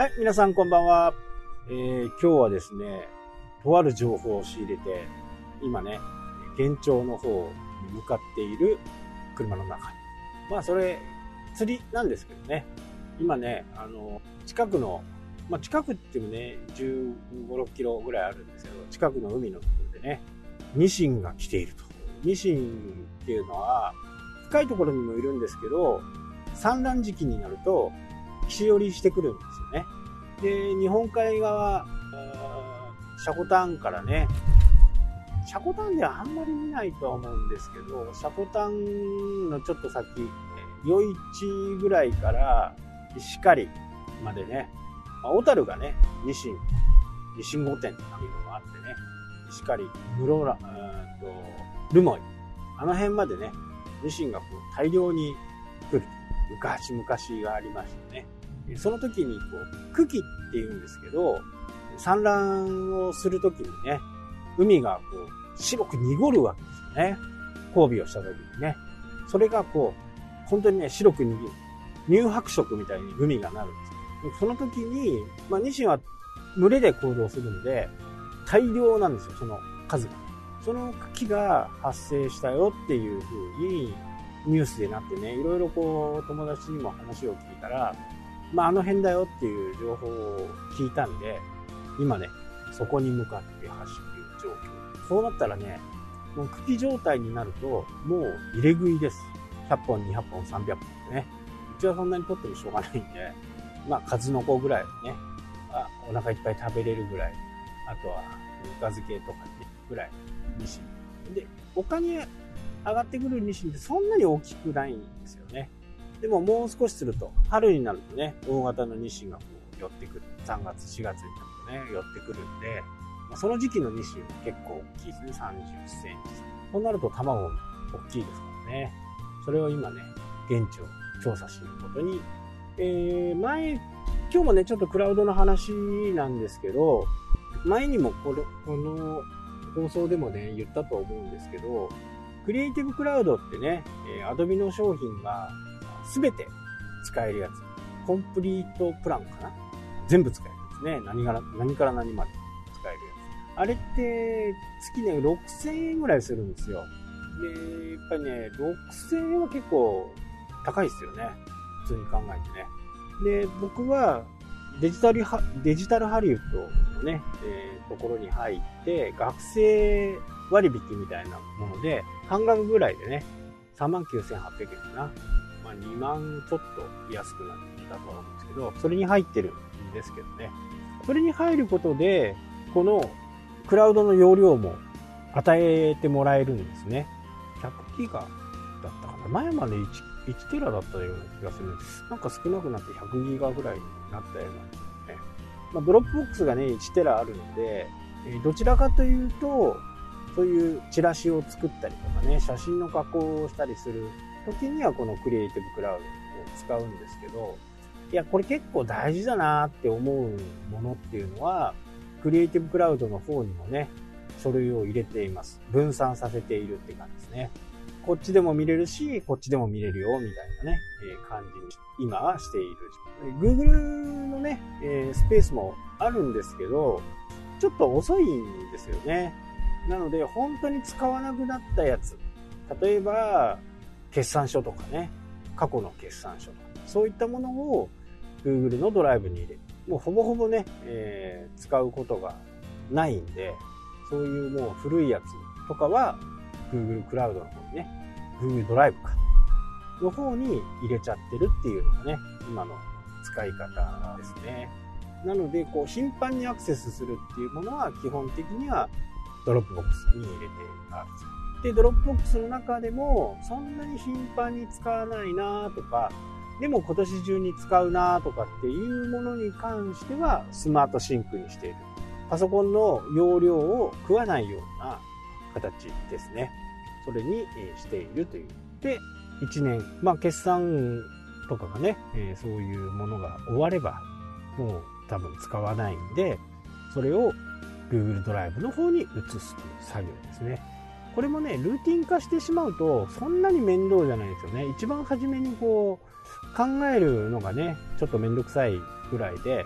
はい、皆さんこんばんは。今日はですね、とある情報を仕入れて、今ね、現町の方に向かっている車の中に。まあそれ、釣りなんですけどね、今ね、近くの、近くっていうね、15、6キロぐらいあるんですけど、近くの海のところでね、ニシンが来ていると。ニシンっていうのは、深いところにもいるんですけど、産卵時期になると、岸寄りしてくるんですよね。で、日本海側、積丹からね、積丹ではあんまり見ないとは思うんですけど、積丹のちょっと先、余市ぐらいから石狩までね、小樽がね、ニシン御殿っていうのがあってね、石狩、室蘭、留萌、あの辺までね、ニシンがこう大量に来る。昔がありましてね。その時にこう、群来って言うんですけど、産卵をする時にね、海がこう、白く濁るわけですよね。交尾をした時にね。それがこう、本当にね、白く濁る。乳白色みたいに海がなるんですよ。その時に、ニシンは群れで行動するんで、大量なんですよ、その数が。その群来が発生したよっていう風に、ニュースでなってね、いろいろこう、友達にも話を聞いたら、あの辺だよっていう情報を聞いたんで、今ね、そこに向かって走っている状況。そうなったらね、もう茎状態になると、もう入れ食いです。100本、200本、300本ね。うちはそんなに取ってもしょうがないんで、数の子ぐらいね、お腹いっぱい食べれるぐらい、あとは、ぬか漬けとかね、ぐらい、ニシン。で、他に上がってくるニシンってそんなに大きくないんですよね。でももう少しすると、春になるとね、大型のニシンがこう寄ってくる。3月、4月になるとね、寄ってくるんで、その時期のニシンは結構大きいですね。30センチ。そうなると卵も大きいですからね。それを今ね、現地を調査しに行くことに、今日もね、ちょっとクラウドの話なんですけど、前にもこの放送でもね、言ったと思うんですけど、クリエイティブクラウドってね、Adobe の商品が全て使えるやつ。コンプリートプランかな？全部使えるやつね。何から何まで使えるやつ。あれって月ね、6000円ぐらいするんですよ。で、やっぱりね、6000円は結構高いですよね。普通に考えてね。で、僕はデジタルハリウッドのね、ところに入って、学生割引みたいなもので、半額ぐらいでね、39,800円かな。2万ちょっと安くなったと思うんですけど、それに入ってるんですけどね。それに入ることで、このクラウドの容量も与えてもらえるんですね。100ギガだったかな。前まで1テラだったような気がする。なんか少なくなって100ギガぐらいになったようなんですね。ドロップボックスがね、1テラあるので、どちらかというと、そういうチラシを作ったりとかね、写真の加工をしたりする時にはこのクリエイティブクラウドを使うんですけど、いや、これ結構大事だなって思うものっていうのは、クリエイティブクラウドの方にもね、書類を入れています。分散させているって感じですね。こっちでも見れるし、こっちでも見れるよ、みたいなね、感じに今はしている。Google のね、スペースもあるんですけど、ちょっと遅いんですよね。なので、本当に使わなくなったやつ。例えば、決算書とかね、過去の決算書とか、そういったものを Google のドライブに入れる。もうほぼほぼね、使うことがないんで、そういうもう古いやつとかは Google クラウドの方にね、Google ドライブか、の方に入れちゃってるっていうのがね、今の使い方ですね。なので、こう、頻繁にアクセスするっていうものは基本的にはドロップボックスに入れてある。で、ドロップボックスの中でも、そんなに頻繁に使わないなとか、でも今年中に使うなとかっていうものに関しては、スマートシンクにしている。パソコンの容量を食わないような形ですね。それにしているという。で、1年、決算とかがね、そういうものが終われば、もう多分使わないんで、それを Google ドライブの方に移すという作業ですね。これもね、ルーティン化してしまうと、そんなに面倒じゃないですよね。一番初めにこう、考えるのがね、ちょっとめんどくさいぐらいで、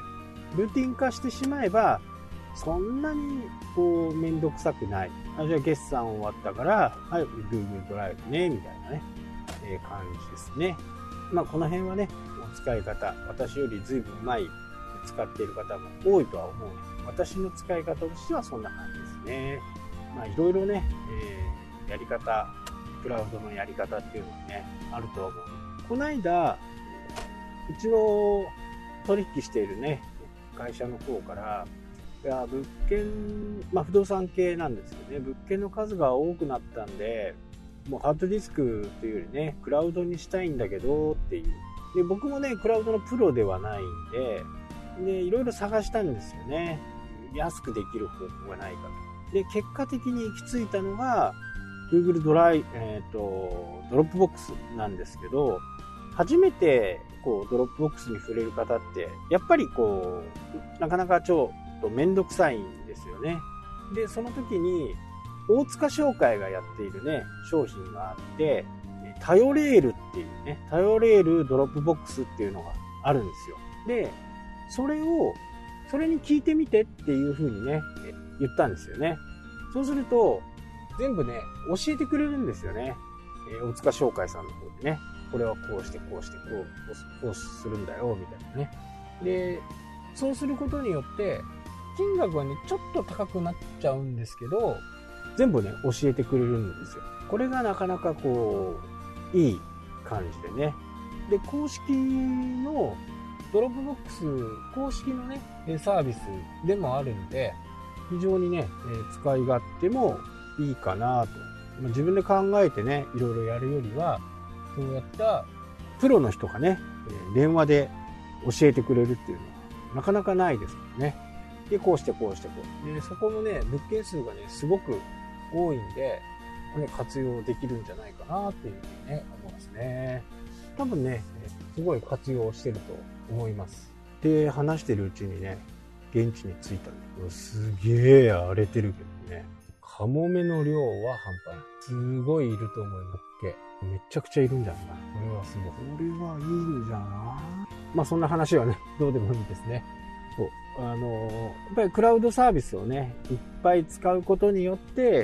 ルーティン化してしまえば、そんなにこうめんどくさくない。じゃあ決算終わったから、はい、Google ドライブね、みたいなね、感じですね。まあこの辺はね、使い方、私より随分うまい使っている方も多いとは思うので、私の使い方としてはそんな感じですね。まあいろいろね、やり方、クラウドのやり方っていうのはね、あると思う。この間、うちの取引しているね、会社の方から、いや物件、まあ不動産系なんですけどね、物件の数が多くなったんで、もうハードディスクというよりね、クラウドにしたいんだけどっていう。で、僕もね、クラウドのプロではないんで、いろいろ探したんですよね。安くできる方法がないかと。で、結果的に行き着いたのが、Google ドロップボックスなんですけど、初めてこうドロップボックスに触れる方って、やっぱりこう、なかなかちょっとめんどくさいんですよね。で、その時に、大塚商会がやっているね、商品があって、頼れーるっていうね、頼れるドロップボックスっていうのがあるんですよ。で、それに聞いてみてっていう風にね、言ったんですよね。そうすると、全部ね、教えてくれるんですよね。大塚商会さんの方でね、これはこうしてこうしてこうするんだよ、みたいなね。で、そうすることによって、金額はね、ちょっと高くなっちゃうんですけど、全部ね、教えてくれるんですよ。これがなかなかこう、いい感じでね。で、公式のドロップボックス、公式のね、サービスでもあるんで、非常にね、使い勝手もいいかなと。自分で考えてね、いろいろやるよりは、そうやったプロの人がね、電話で教えてくれるっていうのはなかなかないですからね。で、こうしてこうしてこう。で、そこのね、物件数がね、すごく多いんで、活用できるんじゃないかなっていうふうにね、思いますね。多分ね、すごい活用してると思います。で、話してるうちにね、現地に着いたんで、すげえ荒れてるけどね。カモメの量は半端ない。すごいいると思います。めちゃくちゃいるんじゃないかな。これはすごい。これはいいんじゃない？まあそんな話はね、どうでもいいですね。そう。やっぱりクラウドサービスをね、いっぱい使うことによって、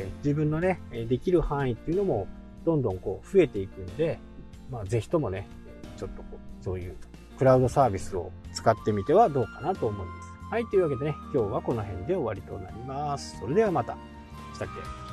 自分のね、できる範囲っていうのも、どんどんこう増えていくんで、まあぜひともね、ちょっとこう、そういうクラウドサービスを使ってみてはどうかなと思います。はい、というわけでね、今日はこの辺で終わりとなります。それではまた。したっけ？